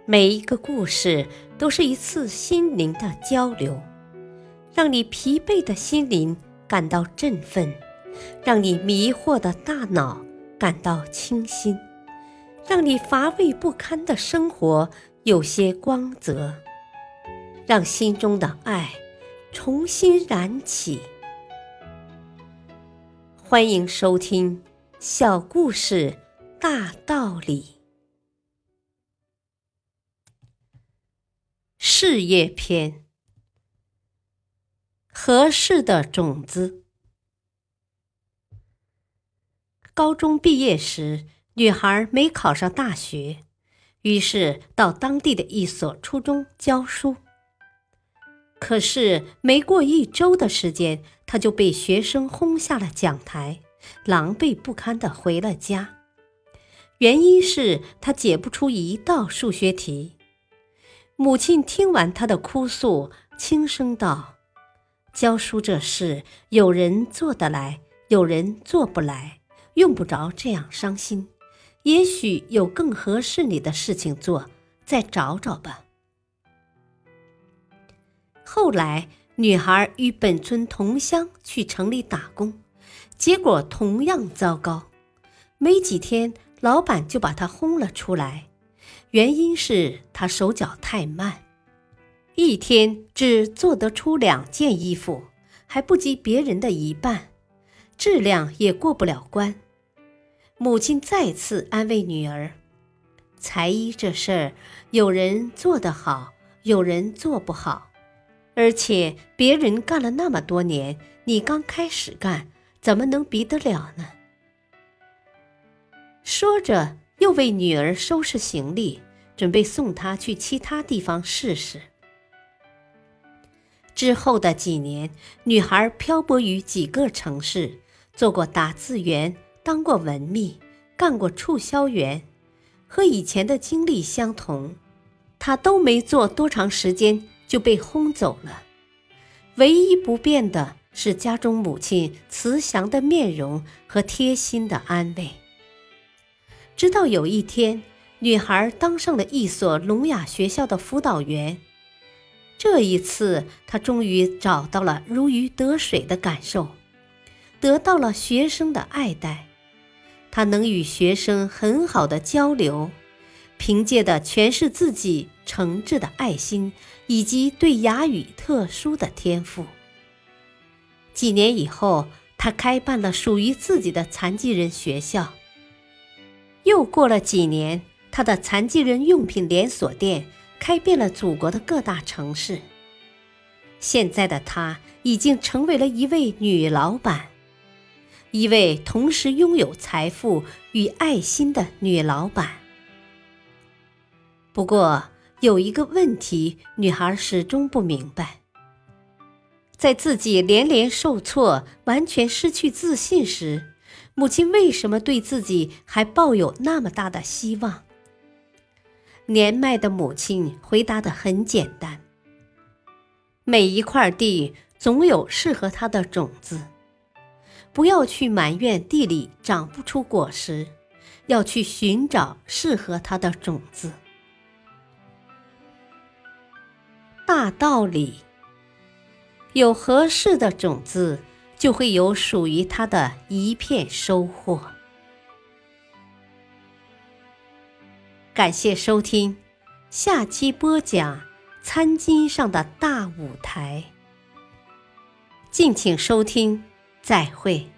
每一个故事都是一次心灵的交流，让你疲惫的心灵感到振奋，让你迷惑的大脑感到清新，让你乏味不堪的生活有些光泽，让心中的爱重新燃起。欢迎收听小故事大道理。事业篇，合适的种子。高中毕业时，女孩没考上大学，于是到当地的一所初中教书。可是没过1周的时间，她就被学生轰下了讲台，狼狈不堪地回了家。原因是她解不出一道数学题。母亲听完她的哭诉，轻声道：“教书这事，有人做得来，有人做不来，用不着这样伤心。也许有更合适你的事情做，再找找吧。”后来，女孩与本村同乡去城里打工，结果同样糟糕。没几天，老板就把她轰了出来。原因是她手脚太慢，一天只做得出2件衣服，还不及别人的一半，质量也过不了关。母亲再次安慰女儿：“裁衣这事儿，有人做得好，有人做不好，而且别人干了那么多年，你刚开始干，怎么能比得了呢？”说着，又为女儿收拾行李，准备送她去其他地方试试。之后的几年，女孩漂泊于几个城市，做过打字员，当过文秘，干过促销员，和以前的经历相同，她都没做多长时间就被轰走了。唯一不变的是家中母亲慈祥的面容和贴心的安慰。直到有一天，女孩当上了一所聋哑学校的辅导员。这一次，她终于找到了如鱼得水的感受，得到了学生的爱戴。她能与学生很好的交流，凭借的全是自己诚挚的爱心以及对哑语特殊的天赋。几年以后，她开办了属于自己的残疾人学校。又过了几年，她的残疾人用品连锁店开遍了祖国的各大城市。现在的她已经成为了一位女老板，一位同时拥有财富与爱心的女老板。不过，有一个问题，女孩始终不明白。在自己连连受挫、完全失去自信时，母亲为什么对自己还抱有那么大的希望？年迈的母亲回答得很简单：每一块地总有适合它的种子，不要去埋怨地里长不出果实，要去寻找适合它的种子。大道理，有合适的种子，就会有属于它的一片收获。感谢收听，下期播讲餐巾上的大舞台。敬请收听，再会。